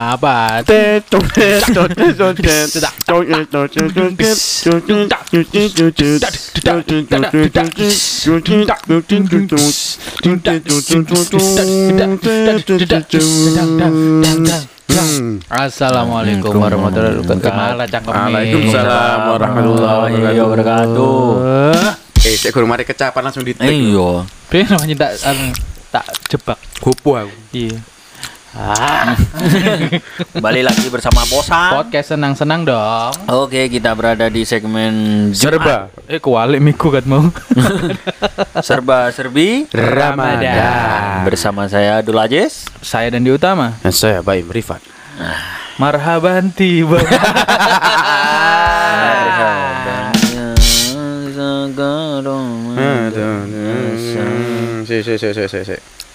Apa? Assalamualaikum warahmatullahi wabarakatuh. Malah cangkem nih. Waalaikumsalam warahmatullahi wabarakatuh. Cek kurang mari kecapan langsung di tag. Iya. Dia namanya tak jebak. Gopo aku. Iya. Kembali lagi bersama Bosan. Podcast senang-senang dong. Oke, kita berada di segmen Serba kualik miku kan mau. Serba-serbi Ramadan. bersama saya Abdul Aziz. Saya dan di Utama. Dan saya Baim Rifat. Marhaban tiba. Si.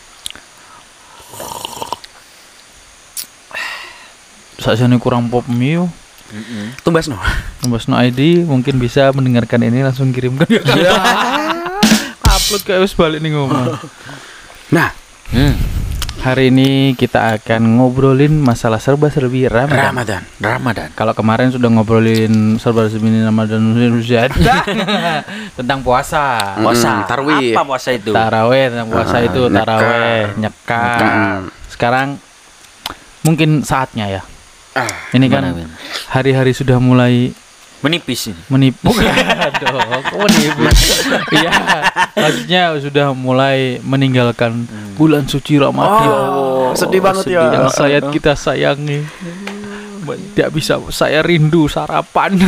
Sakjane kurang pop mio. Tumbas no. Mas No ID mungkin bisa mendengarkan ini langsung kirimkan. Upload ke wis balik nih ngomong. Nah, hari ini kita akan ngobrolin masalah serba-serbi Ramadan. Ramadan. Kalau kemarin sudah ngobrolin serba-serbi Ramadan tentang puasa. Tarawih. Apa puasa itu? Taraweh tentang puasa itu taraweh, nyekar. Sekarang mungkin saatnya ya. Ini kan hari-hari sudah mulai Menipis ini. menipu. Aduh, kok menipis? Iya, maksudnya sudah mulai meninggalkan bulan suci Ramadan. Sedih banget ya. Yang kita sayangi. Tidak bisa saya rindu sarapan.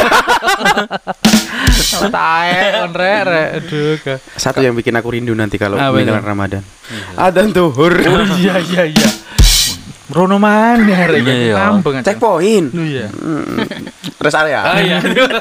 Tae on re. Aduh. Satu yang bikin aku rindu nanti kalau meninggalkan Ramadan. Adzan zuhur. Oh iya. Rono mana hari ini? Checkpoint. Iya. Rest area. Iya.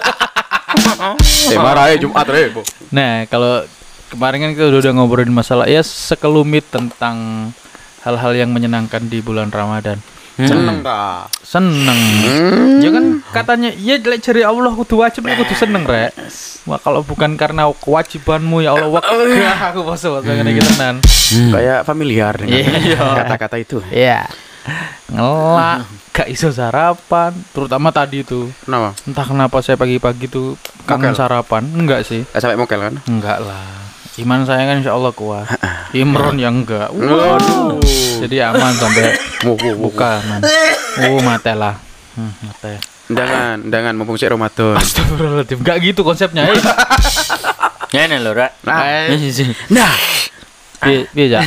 Marah Jumat rebo. Nah, kalau kemarin kan kita udah ngobrolin masalah ya sekelumit tentang hal-hal yang menyenangkan di bulan Ramadan. Seneng ta? Seneng. Ya kan katanya ya lek jari Allah kudu wajib kudu seneng rek. Wah, kalau bukan karena kewajibanmu ya Allah aku poso ngene iki tenan. Kayak familiar dengan kata-kata itu. Iya. Ngelak, gak iso sarapan, terutama tadi tuh. Kenapa? Entah kenapa saya pagi-pagi tuh kangen sarapan. Enggak sih. Sampai mokel kan? Enggak lah. Iman saya kan insya Allah kuat. Imron yang enggak. Waduh. Jadi aman sampai buka man. Mate lah. Mate. Jangan mumpung sik Ramadan. Astagfirullahaladzim. Enggak gitu konsepnya. Ngene lho, Rek. Nah. Piye ja?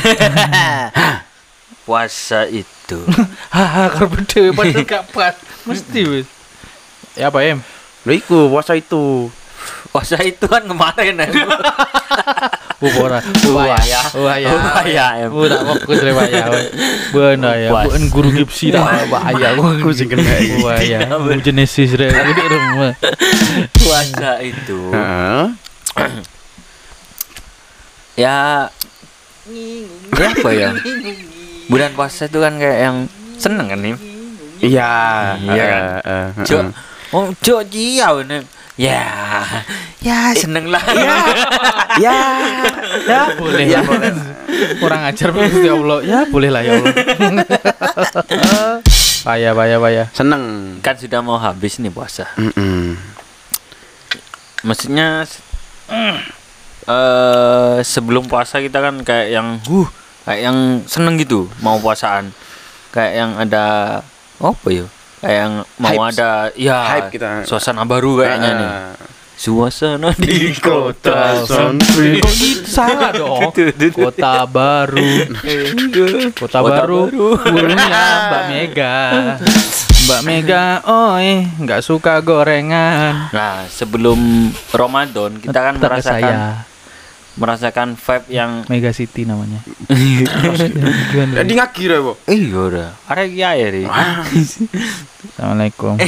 Puasa itu. Haha, karep dhewe padahal gak pas. Mesti wis. Ya apa, Em? Lho iku puasa itu. Puasa itu kan kemarin ya. Ubora. Waya. Udah fokus le waya. Bener ya. Buen guru gipsi dah waya. Aku sing kena iki. Waya. Genesis re di rumah. Puasa itu. Ya apa ya? Bulan puasa itu kan kayak yang seneng kan nih? Iya kan. Jo jiau nih. Ya seneng lah. Ya Boleh ya. Kurang ajar Gusti Allah. Ya boleh lah ya Allah. Payah. Seneng. Kan sudah mau habis nih puasa. Maksudnya sebelum puasa kita kan kayak yang seneng gitu mau puasaan, kayak yang ada apa ya, kayak yang mau Hypes. ada ya Hype kita. suasana baru kayaknya nih, suasana di kota sunset. Kok gitu salah dong. Kota baru. Burungnya Mbak Mega, oi, nggak suka gorengan. Nah, sebelum Ramadan kita kan merasakan vibe yang Mega City namanya. Di ngakir ya, Bu. iya udah ada ya ri. Assalamualaikum.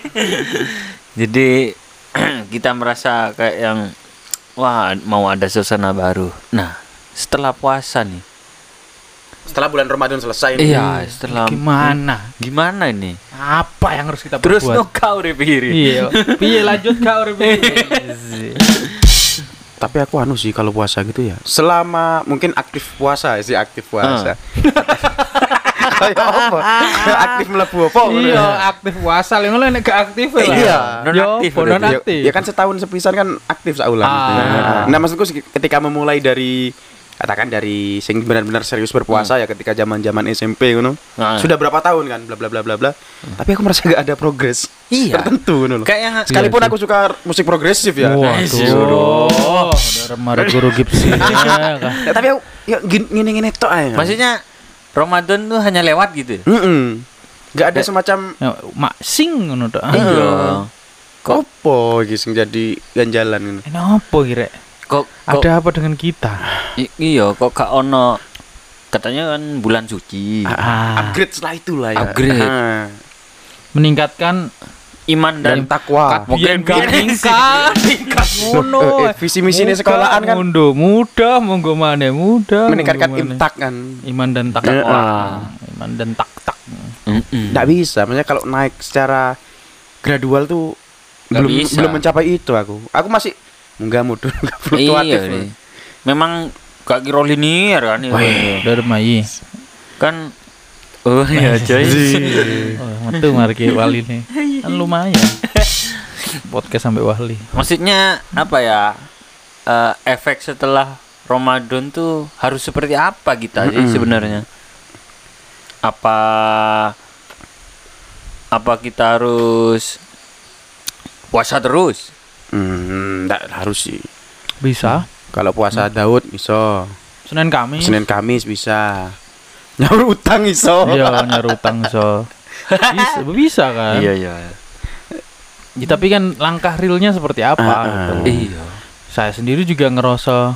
Jadi kita merasa kayak yang wah mau ada suasana baru. Nah, setelah puasa nih. Setelah bulan Ramadan selesai nih. Iya, setelah gimana ini? Apa yang harus kita Terus perbuat? no kau repikiri. Iya. Piye lanjut kau repikiri. Tapi aku sih kalau puasa gitu ya. Selama mungkin aktif puasa. Kayak apa? Aktif mlebu apa? Iya, aktif puasa lha ngono nek gak aktif lah. Iya, non-aktif Yo, berarti. non-aktif. Ya kan setahun sepisan kan aktif saulan. Nah, maksudku ketika memulai dari katakan dari sing benar-benar serius berpuasa ya ketika zaman-zaman SMP ngono. Sudah berapa tahun kan bla bla bla bla bla. Tapi aku merasa gak ada progres. Iya. Tertentu ngono loh. Kayak yang Sekalipun aku suka musik progresif ya. Waduh. Udah remar guru gipsi. Ya, tapi aku ya gini-gini tok ae. maksudnya Ramadan tuh hanya lewat gitu. Gak ada semacam Mak sing ngono tok. Iya. kopo iki sing jadi ganjalan ngono. Kenapa kira? Kok Ada apa dengan kita? iya kok gak ono katanya kan bulan suci. Upgrade setelah itulah ya. Upgrade. Meningkatkan Iman dan takwa. mungkin tingkat ngono. Visi misi sekolahan kan mudah monggo maneh mudah. meningkatkan monggo maneh. imtak kan. Iman dan takwa. Iman dan tak. Nggak bisa, maksudnya kalau naik secara gradual tuh Nggak bisa. belum mencapai itu aku. Aku masih munggah mudun, nggak fluktuatif. Iya nih. Memang gak kira linear kan ya. Dermai. Kan oh iya coy. Oh, metu marki wali nih. Kan lumayan. Podcast sampai wali. Maksudnya apa ya? Efek setelah Ramadan tuh harus seperti apa kita sih sebenarnya? Apa kita harus puasa terus? Nggak harus sih. Bisa. Kalau puasa Daud bisa, Senin Kamis. Senin Kamis bisa, nyaur utang iso. Iya, nyaru utang so. Bisa kan? Iya. Ya, tapi kan langkah realnya seperti apa? gitu. Iya. Saya sendiri juga ngerasa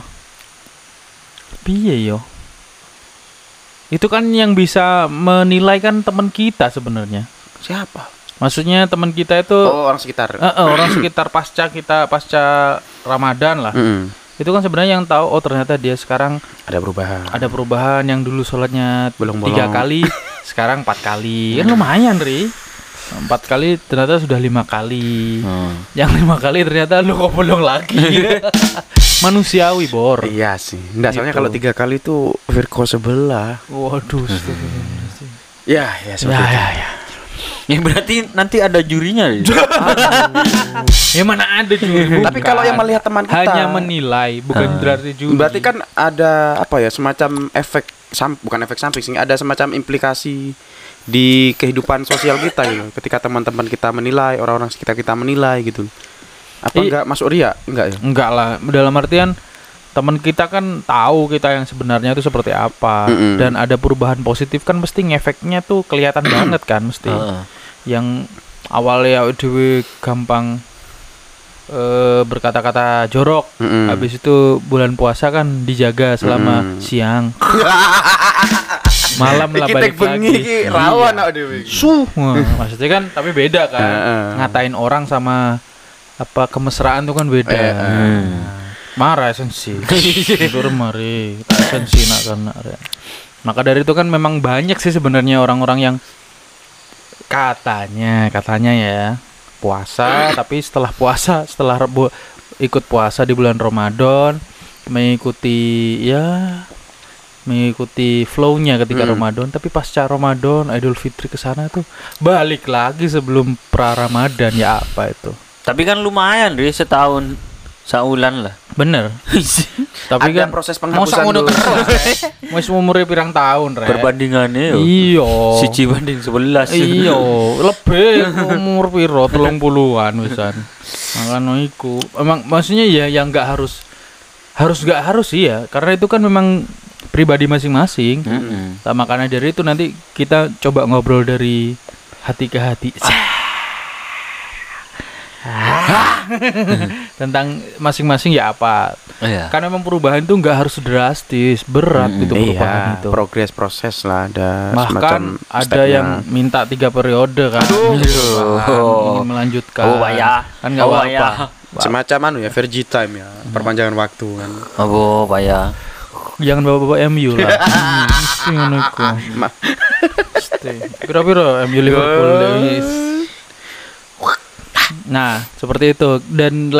piye yo. Itu kan yang bisa menilai kan teman kita sebenarnya. Siapa? Maksudnya teman kita itu Oh, orang sekitar. orang sekitar pasca Ramadan lah. Itu kan sebenarnya yang tahu oh ternyata dia sekarang Ada perubahan. ada perubahan yang dulu sholatnya Bolong-bolong. 3 kali, sekarang 4 kali. Kan lumayan, Ri. 4 kali ternyata sudah 5 kali. Yang 5 kali ternyata lu kok bolong lagi. Manusiawi, Bor. Iya sih. Nggak, soalnya Gitu. kalau 3 kali itu Virgo sebelah. Waduh. Ya seperti itu. Ya. Ya berarti nanti ada jurinya. Ya mana ada juga. Tapi kalau yang melihat teman kita hanya menilai, bukan berarti juri. berarti kan ada apa ya, semacam efek bukan efek samping sih, ada semacam implikasi di kehidupan sosial kita gitu. Ketika teman-teman kita menilai, orang-orang sekitar kita menilai gitu. Apa enggak masuk ria? Enggak ya? Enggak lah, dalam artian teman kita kan tahu kita yang sebenarnya itu seperti apa dan ada perubahan positif kan mesti ngefeknya tuh kelihatan banget kan mesti. Yang awalnya dewe gampang berkata-kata jorok, habis itu bulan puasa kan dijaga selama siang. Malam lah balik lagi. Rawan awak dhewe. Maksudnya kan tapi beda kan. Ngatain orang sama apa kemesraan tuh kan beda. Marah esensi. Tidur mari, esensi nak kena. Maka dari itu kan memang banyak sih sebenarnya orang-orang yang katanya ya puasa tapi setelah ikut puasa di bulan Ramadan mengikuti flow-nya ketika Ramadan, tapi pasca Ramadan Idul Fitri ke sana tuh balik lagi sebelum pra Ramadan ya apa itu. Tapi kan lumayan deh setahun saulan lah. Bener. Tapi Ada kan proses penghapusan masa ngono dulu. terus. Wis umure pirang tahun, Rek. Perbandingannya yo. Iya. 1 banding 11. Iya, lebih umur piro 30-an wisan. Makanya iku. Emang maksudnya ya yang enggak harus sih ya, karena itu kan memang pribadi masing-masing. Nah, makanya dari itu nanti kita coba ngobrol dari hati ke hati. Tentang masing-masing ya apa. Iya. Karena memang perubahan itu nggak harus drastis, berat itu perubahan itu. Progres proses lah, ada Bahkan semacam ada stepnya. yang minta 3 periode kan. Ingin melanjutkan. Oh, Pak. Kan nggak Oh, apa-apa. semacam Vergi time ya, perpanjangan waktu kan. Oh, Pak ya. Jangan bawa-bawa MU lah. Mesti ngono iku. Mesti. Piro-piro MU Liverpool guys. Nah, seperti itu. Dan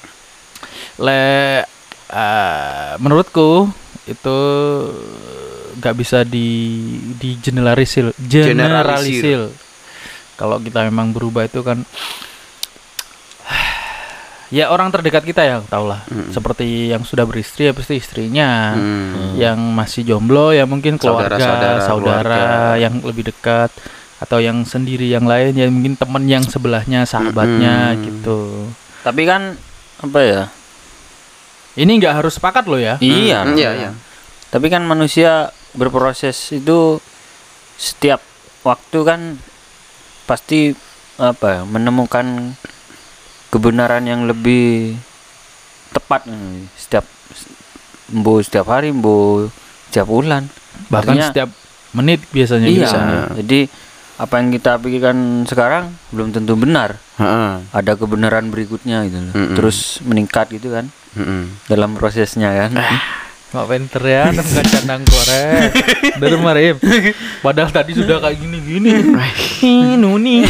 menurutku itu nggak bisa di generalisir. Kalau kita memang berubah itu kan ya orang terdekat kita yang tahu lah. Seperti yang sudah beristri ya pasti istrinya, yang masih jomblo ya mungkin keluarga, saudara yang lebih dekat, atau yang sendiri yang lain ya mungkin teman yang sebelahnya, sahabatnya gitu. Tapi kan apa ya? Ini nggak harus sepakat loh ya. Iya. Iya. Tapi kan manusia berproses itu setiap waktu kan pasti apa ya, menemukan kebenaran yang lebih tepat setiap hari, setiap bulan, Bahkan artinya, setiap menit biasanya iya. bisa. Jadi apa yang kita pikirkan sekarang belum tentu benar. Ada kebenaran berikutnya gitu loh. Terus meningkat gitu kan dalam prosesnya kan. Mak pinter ya, nggak candang korek. Dari kemarin. Padahal tadi sudah kayak gini-gini. Nuni.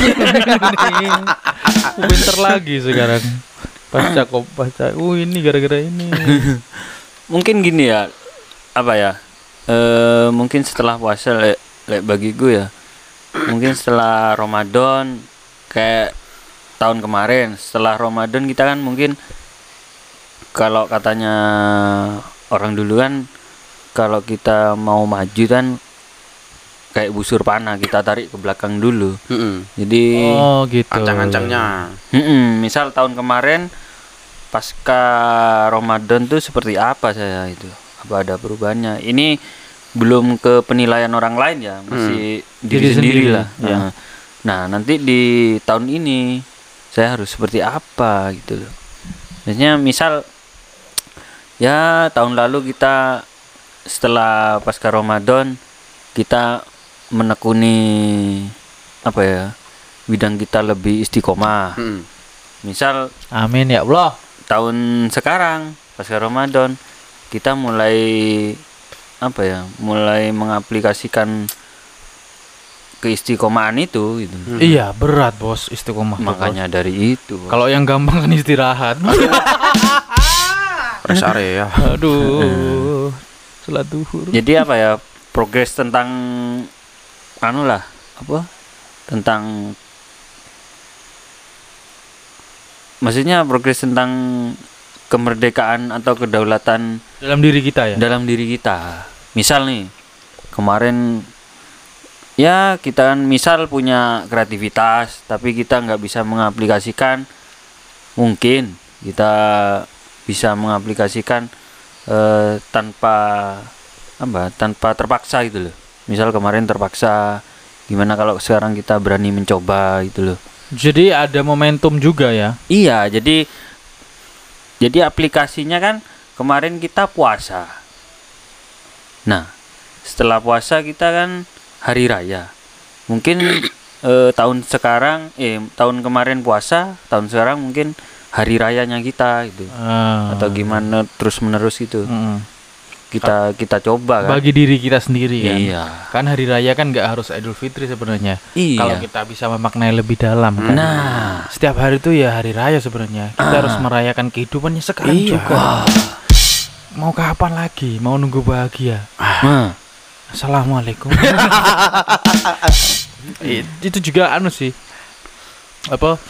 Pinter lagi sekarang. Pasca. Ini gara-gara ini. Mungkin gini ya, apa ya? Mungkin setelah puasa, bagi gue ya. Mungkin setelah Ramadan, kayak tahun kemarin. Setelah Ramadan kita kan mungkin kalau katanya orang dulu kan kalau kita mau maju kan kayak busur panah, kita tarik ke belakang dulu. Jadi gitu. Ancang-ancangnya. Misal tahun kemarin pasca Ramadan tuh seperti apa saya itu? Apa ada perubahannya? Ini belum ke penilaian orang lain ya, masih diri sendiri lah. Ya. Nah, nanti di tahun ini saya harus seperti apa gitu loh. Biasanya misal ya tahun lalu kita setelah pasca Ramadan kita menekuni apa ya, bidang kita lebih istiqomah. Misal Amin ya Allah. tahun sekarang pasca Ramadan kita mulai apa ya, mulai mengaplikasikan keistiqomahan itu gitu. Iya, berat bos istiqomah. Makanya dari itu. Kalau yang gampang kan istirahat. Rest area. Aduh. Salat duhur. Jadi apa ya, progres tentang anu lah, apa? Tentang maksudnya progres tentang kemerdekaan atau kedaulatan Dalam diri kita ya. dalam diri kita. Misal nih, kemarin ya kita kan misal punya kreativitas tapi kita nggak bisa mengaplikasikan, mungkin kita bisa mengaplikasikan tanpa terpaksa gitu loh. Misal kemarin terpaksa, gimana kalau sekarang kita berani mencoba gitu loh. Jadi ada momentum juga ya. Iya, jadi aplikasinya kan kemarin kita puasa. Nah, setelah puasa kita kan hari raya. Mungkin tahun kemarin puasa, tahun sekarang mungkin hari rayanya kita gitu. Atau gimana terus menerus gitu. Kita coba kan. Bagi diri kita sendiri kan. Iya. Kan hari raya kan nggak harus Idul Fitri sebenarnya. Iya. Kalau kita bisa memaknai lebih dalam kan. Nah, Setiap hari itu ya hari raya sebenarnya. Kita harus merayakan kehidupannya sekarang juga. Mau kapan lagi? Mau nunggu bahagia? nah, Assalamualaikum. Itu juga anu sih. Apa?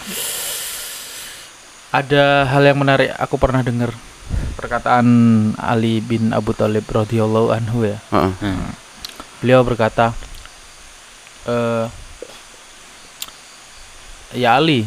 Ada hal yang menarik aku pernah dengar perkataan Ali bin Abu Thalib radhiyallahu anhu ya. Beliau berkata, ya Ali,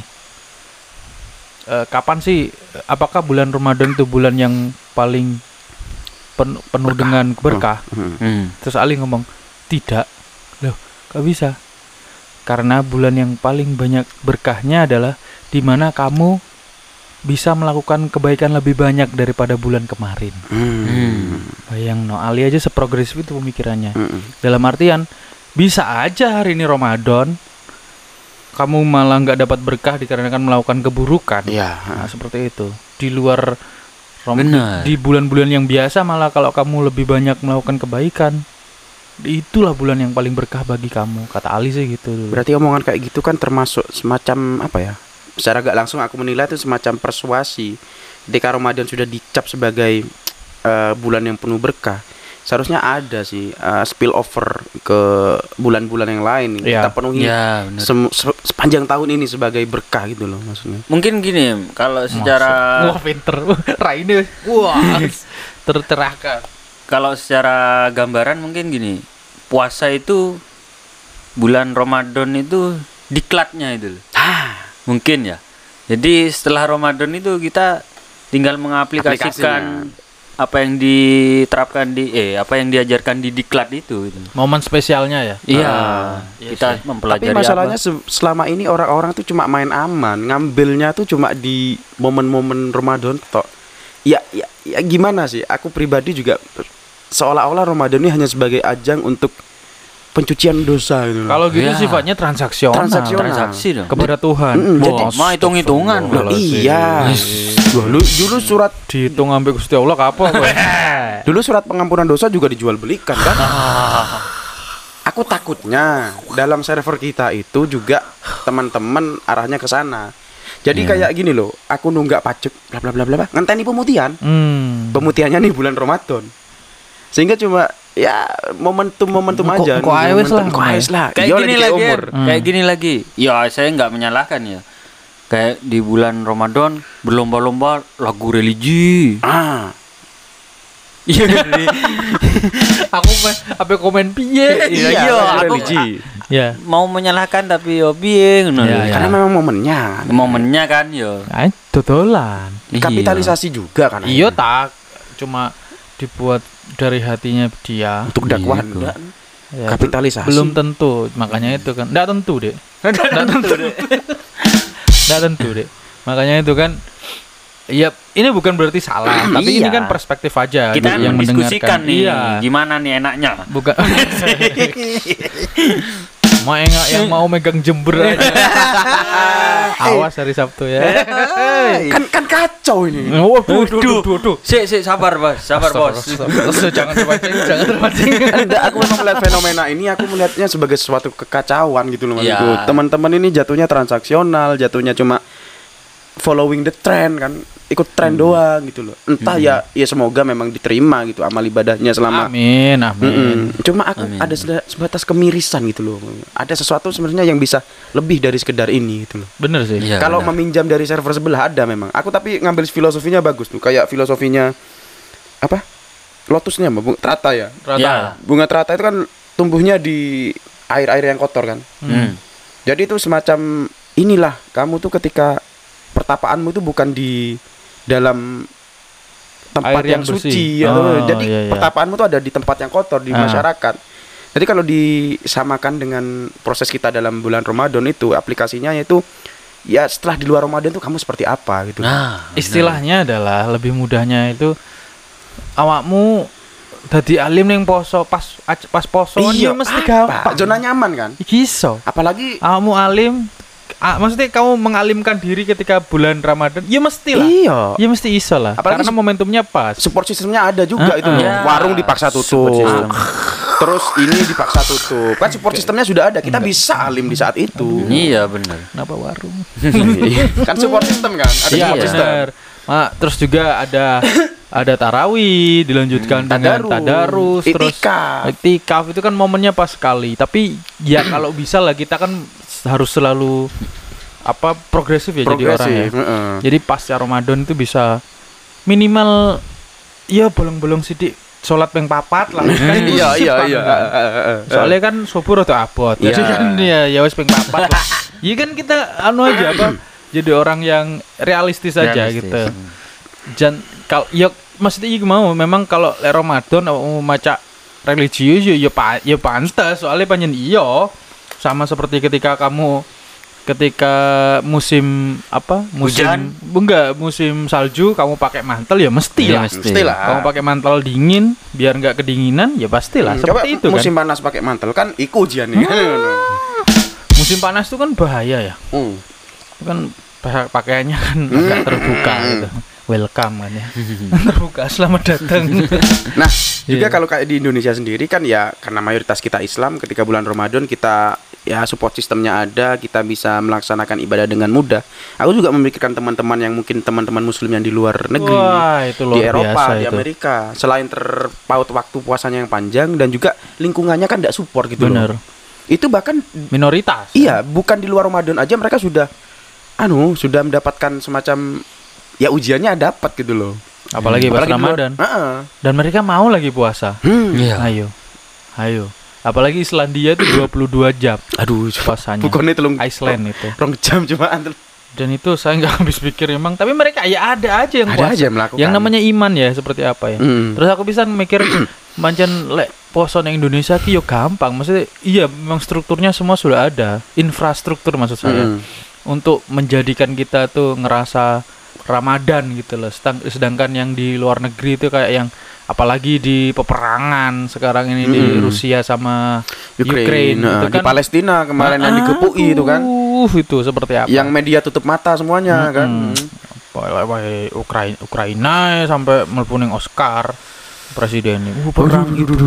kapan sih, apakah bulan Ramadan itu bulan yang paling penuh dengan berkah? Terus Ali ngomong, tidak. Loh, gak bisa. Karena bulan yang paling banyak berkahnya adalah di mana kamu bisa melakukan kebaikan lebih banyak daripada bulan kemarin. Bayang no, Ali aja seprogresif itu pemikirannya. Dalam artian, bisa aja hari ini Ramadan kamu malah nggak dapat berkah dikarenakan melakukan keburukan. Nah, seperti itu. Di luar di bulan-bulan yang biasa malah kalau kamu lebih banyak melakukan kebaikan, itulah bulan yang paling berkah bagi kamu, kata Ali sih gitu dulu. Berarti omongan kayak gitu kan termasuk semacam apa ya? Secara gak langsung aku menilai itu semacam persuasi. Ketika Ramadan sudah dicap sebagai bulan yang penuh berkah, seharusnya ada sih spill over ke bulan-bulan yang lain. Iya. Kita penuhi Ya, benar. sepanjang tahun ini sebagai berkah gitu loh maksudnya. Mungkin gini, kalau secara Wah pinter. Raine wah tercerahkan. kalau secara gambaran mungkin gini, puasa itu bulan Ramadan itu diklatnya itu loh. Mungkin ya. Jadi setelah Ramadan itu kita tinggal mengaplikasikan apa yang diterapkan apa yang diajarkan di diklat itu gitu. Momen spesialnya ya. Iya, iya kita sih. mempelajari Tapi masalahnya apa. selama ini orang-orang tuh cuma main aman, ngambilnya tuh cuma di momen-momen Ramadan tok. Ya gimana sih? Aku pribadi juga seolah-olah Ramadan ini hanya sebagai ajang untuk pencucian dosa gitu loh. Kalau gitu Ya. sifatnya transaksional. Transaksi dong. Kepada Tuhan. Wah, mah hitung-hitungan. Loh, iya. Dulu surat Dihitung sampai Gusti Allah kapok kowe. dulu surat pengampunan dosa juga dijual belikan kan? Aku takutnya dalam server kita itu juga teman-teman arahnya ke sana. Jadi kayak gini loh, aku nunggak pajak bla bla bla bla, ngenteni pemutihan. Pemutihannya nih bulan Ramadan. Sehingga cuma ya momentum aja. Kok ae wis lah. Kok ae wis lah. Kayak Iya, gini lagi lagi, umur. kayak gini lagi. Ya, saya nggak menyalahkan ya. Kayak di bulan Ramadan berlomba-lomba lagu religi. Iya, Aku apa komen piye? Iya, aku religi. Ya. mau menyalahkan tapi yo piye ngono. Iya, iya. Karena memang momennya. Momennya kan yo. Ayo dodolan. Kapitalisasi juga kan. Iya tak cuma dibuat dari hatinya dia. Untuk dakwah Iya, enggak. Ya, Kapitalisasi. belum tentu, makanya itu kan. Enggak tentu, Dek. Enggak tentu, Dek. Makanya itu kan ya ini bukan berarti salah, tapi ini Iya. kan perspektif aja Kita yang mendiskusikan mendengarkan. nih, Iya. gimana nih enaknya. Bukan mau yang mau megang Jember aja. Awas hari Sabtu ya. Kan kacau ini. Waduh. Sik, sabar, Bos. Sabar, Bos. Jangan terpancing, jangan terpancing. Enggak, aku memang melihat fenomena ini, aku melihatnya sebagai suatu kekacauan gitu loh Iya. maksudku. Teman-teman ini jatuhnya transaksional, jatuhnya cuma following the trend kan, ikut tren doang gitu loh. Entah ya semoga memang diterima gitu amal ibadahnya selama. Amin. Cuma aku Amin. ada sebatas kemirisan gitu loh. Ada sesuatu sebenarnya yang bisa lebih dari sekedar ini gitu loh. Bener sih. Iya, Kalau benar. meminjam dari server sebelah ada memang. Aku tapi ngambil filosofinya bagus tuh, kayak filosofinya apa? Lotusnya bunga terata ya. Rata. Ya. Bunga terata itu kan tumbuhnya di air-air yang kotor kan. Jadi itu semacam inilah kamu tuh ketika pertapaanmu itu bukan di dalam tempat Air yang yang bersih. suci ya. Oh, Jadi iya, iya. pertapaanmu tuh ada di tempat yang kotor di masyarakat. Jadi kalau disamakan dengan proses kita dalam bulan Ramadan itu aplikasinya yaitu ya setelah di luar Ramadan tuh kamu seperti apa gitu. Nah, Istilahnya adalah lebih mudahnya itu awakmu dadi alim ning poso pas poso Iya, ini mesti apa? gampang. Zona nyaman kan? Iki iso. Apalagi Awakmu alim maksudnya kamu mengalimkan diri ketika bulan Ramadan, ya mestilah. iya. Ya mesti iso lah. Apalagi Karena momentumnya pas. Support sistemnya ada juga itu loh. Ya. Warung dipaksa Support tutup. system. Terus ini dipaksa tutup. Kan support sistemnya sudah ada. Kita bisa alim di saat itu. Iya, benar. Kenapa warung? Kan support system kan? Ada Iya support system. benar. Terus juga ada tarawih dilanjutkan dengan tadarus, terus Iktikaf. iktikaf itu kan momennya pas sekali. Tapi ya kalau bisa lah kita kan harus selalu progresif ya jadi orang ya. heeh. Jadi pasca Ramadan itu bisa minimal ya bolong-bolong sidik sholat peng papat lah. Kan itu Iya, sip iya, kan, iya. kan. Soalnya kan subuh atau abot. Jadi Iya. kan ya wis peng papat lah. Iya kan kita aja jadi orang yang realistis aja Realistis. gitu. Dan kalau ya maksudnya iki mau memang kalau Ramadan mau maca religius ya pantas soalnya panjen iya sama seperti ketika musim Hujan? musim salju kamu pakai mantel ya mesti Iya, lah. mesti. Mestilah. Kamu pakai mantel dingin biar nggak kedinginan ya pastilah Coba seperti itu kan. musim panas pakai mantel kan iku ujian nih. Musim panas itu kan bahaya ya. Itu kan pakaiannya kan agak terbuka gitu. Welcome kan ya. Terbuka selamat datang. Nah, juga Iya. kalau kayak di Indonesia sendiri kan ya karena mayoritas kita Islam ketika bulan Ramadan kita ya support sistemnya ada, kita bisa melaksanakan ibadah dengan mudah. Aku juga memikirkan teman-teman yang mungkin teman-teman muslim yang di luar negeri, Wah, itu luar di Eropa, biasa di itu. Amerika. Selain terpaut waktu puasanya yang panjang dan juga lingkungannya kan tidak support gitu Bener. loh. Itu bahkan Minoritas. iya, bukan di luar Ramadan aja mereka sudah sudah mendapatkan semacam ya ujiannya dapat gitu loh. Apalagi pas di luar- Ramadan. Heeh. Dan mereka mau lagi puasa. Iya. Ayo. Apalagi Islandia itu 22 jam Aduh, puasanya. bukannya telung Iceland itu. rong jam cuma Dan itu saya nggak habis pikir emang. Tapi mereka ya ada aja yang ada puasa. aja yang melakukan. Yang namanya iman ya seperti apa ya. Terus aku bisa mikir mancen lek poso nang Indonesia ki yo gampang. Maksudnya iya memang strukturnya semua sudah ada. Infrastruktur maksud saya. Untuk menjadikan kita tuh ngerasa Ramadan gitu loh. Sedangkan yang di luar negeri itu kayak yang apalagi di peperangan sekarang ini di Rusia sama Ukraine itu di kan Palestina kemarin yang digepui itu kan. Itu seperti apa? Yang media tutup mata semuanya kan. Ukraina sampai mlebu ning Oscar presiden ini. Perang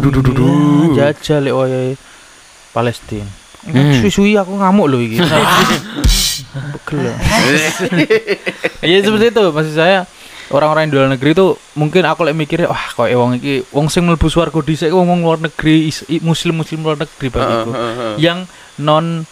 jajal oleh Palestina. Suwi-suwi aku ngamuk loh iki. Begel. Iya seperti itu maksud saya. Orang-orang di luar negeri itu mungkin aku lek mikirnya wah kok wong iki wong sing mlebu swarga dhisik wong luar negeri muslim luar negeri bagiku. Yang non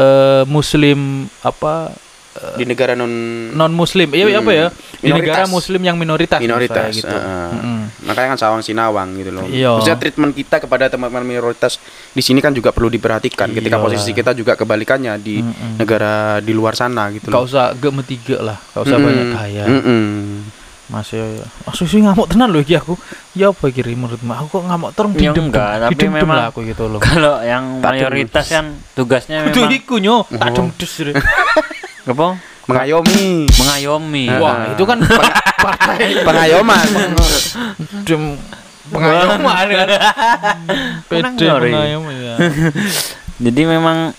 muslim apa di negara non muslim iya apa ya di negara muslim yang minoritas minoritas gitu. Makanya kan sawang sinawang gitu loh. Iya. Maksudnya treatment kita kepada teman-teman minoritas di sini kan juga perlu diperhatikan ketika posisi kita juga kebalikannya di negara di luar sana gitu Gak loh. usah metiga lah, gak usah banyak gaya. Masih sih ngamuk tenan loh iki aku. Ya apa iki menurutmu? Aku kok ngamuk terus Ya enggak, tapi memang lah aku gitu loh. Kalau yang Tak mayoritas kan tugasnya Kudu memang iku nyo, tak demdes. apa? Mengayomi. Mengayomi. Wah, itu kan partai Pengayoman. dem pengayoman kan. PD Ngori. pengayoman ya. Jadi memang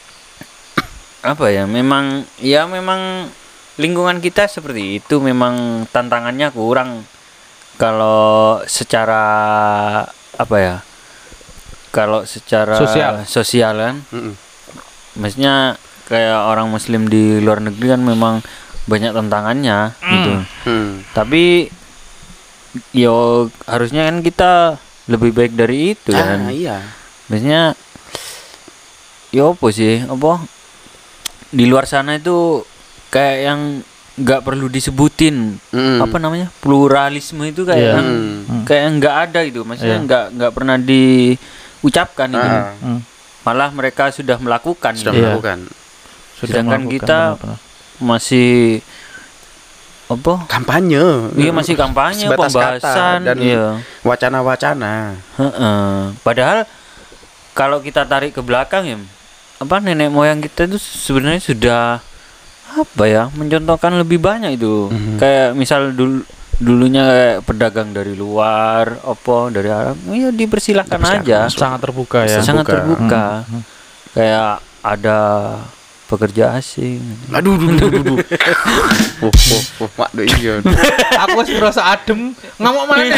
apa ya? Memang lingkungan kita seperti itu, memang tantangannya kurang kalau secara apa ya? Kalau secara sosial kan. Maksudnya kayak orang muslim di luar negeri kan memang banyak tantangannya gitu. Tapi yo harusnya kan kita lebih baik dari itu kan. Iya. Maksudnya yo apa sih? Apa di luar sana itu kayak yang nggak perlu disebutin apa namanya pluralisme itu kayak yang kayak nggak ada gitu. Maksudnya nggak pernah diucapkan itu. Malah mereka sudah melakukan. Melakukan. Sedangkan kita masih apa? Kampanye. Iya masih kampanye, Sebatas pembahasan kata dan iya. Wacana-wacana. Padahal kalau kita tarik ke belakang ya, apa nenek moyang kita itu sebenarnya sudah apa ya mencontohkan lebih banyak itu. Kayak misal dulunya kayak pedagang dari luar, apa dari Arab, ya dipersilahkan aja. Sangat terbuka ya. Sangat terbuka. Kayak ada pekerja asing. Aduh. Waduh iya. Aku wis merasa adem, ngamuk mana?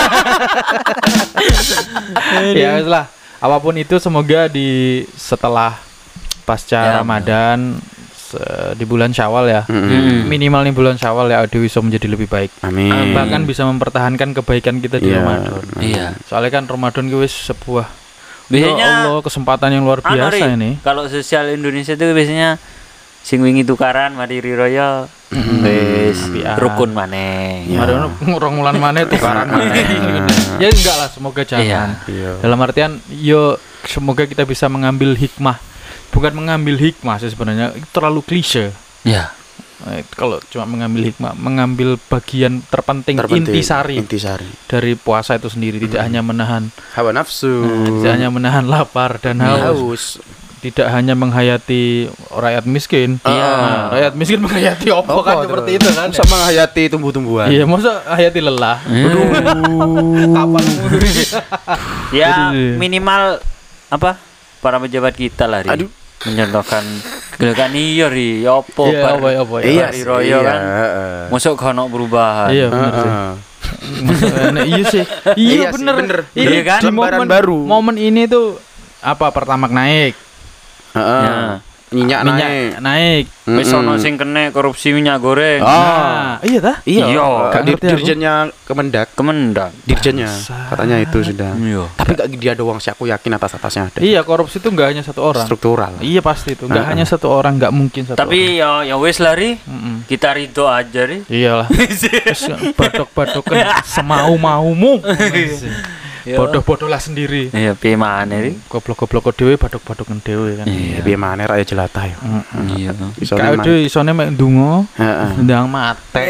Ya wis lah. Apapun itu semoga setelah pasca Ramadan di bulan Syawal ya. Minimal nih bulan Syawal ya Dewi bisa menjadi lebih baik. Amin. Bahkan bisa mempertahankan kebaikan kita di Ramadan. Iya. Soalnya kan Ramadan itu wis sebuah biasanya ya Allah, kesempatan yang luar biasa ini. Kalau sosial Indonesia itu biasanya sing wingi tukaran mari Royal wis rukun maneh. Mari rong wulan maneh tukaran maneh. Ya enggak lah, semoga jangan. Iya. Dalam artian yo semoga kita bisa mengambil hikmah. Bukan mengambil hikmah sih sebenarnya, itu terlalu klise. Ya. Kalau cuma mengambil hikmah, mengambil bagian terpenting intisari dari puasa itu sendiri, tidak hanya menahan hawa nafsu, tidak hanya menahan lapar dan haus, tidak hanya menghayati rakyat miskin. Rakyat miskin menghayati apa kan seperti itu kan? Masa menghayati tumbuh-tumbuhan. Iya, masa hayati lelah. Kapan ya minimal apa para pejabat kita lah mencontohkan gerakan iya ri opo iya royo kan masuk kono perubahan iya bener iya sih iya bener iya kan di momen baru momen ini tuh apa pertamax naik Heeh. Ya. Minyak naik. naik. Wis ono sing kena korupsi minyak goreng. Oh. Iya tah? Iya. Iya. Gak ngerti aku. Dirjennya Kemendak. Kemendak. Dirjennya Bangsat. katanya itu sudah. Iya. Tapi gak dia doang sih, aku yakin atas-atasnya ada. Iya, korupsi itu nggak hanya satu orang. Struktural. Iya pasti itu, nggak Heeh. hanya satu orang, nggak mungkin satu. Tapi ya wis lari. orang. Kita ridho aja ri. Iyalah. Terus badok-badokan semau-maumu. Iya. Bodoh-bodohlah sendiri. Iya, piye maneh ri? Goblok-goblok dhewe badok-badokan dhewe kan. Iya. Piye maneh rakyat jelata ya. Iya. Isone Kayak mah- dhewe isone mek ndonga, Heeh. ndang mate.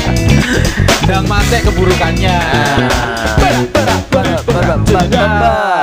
Ndang mate keburukannya. Ah.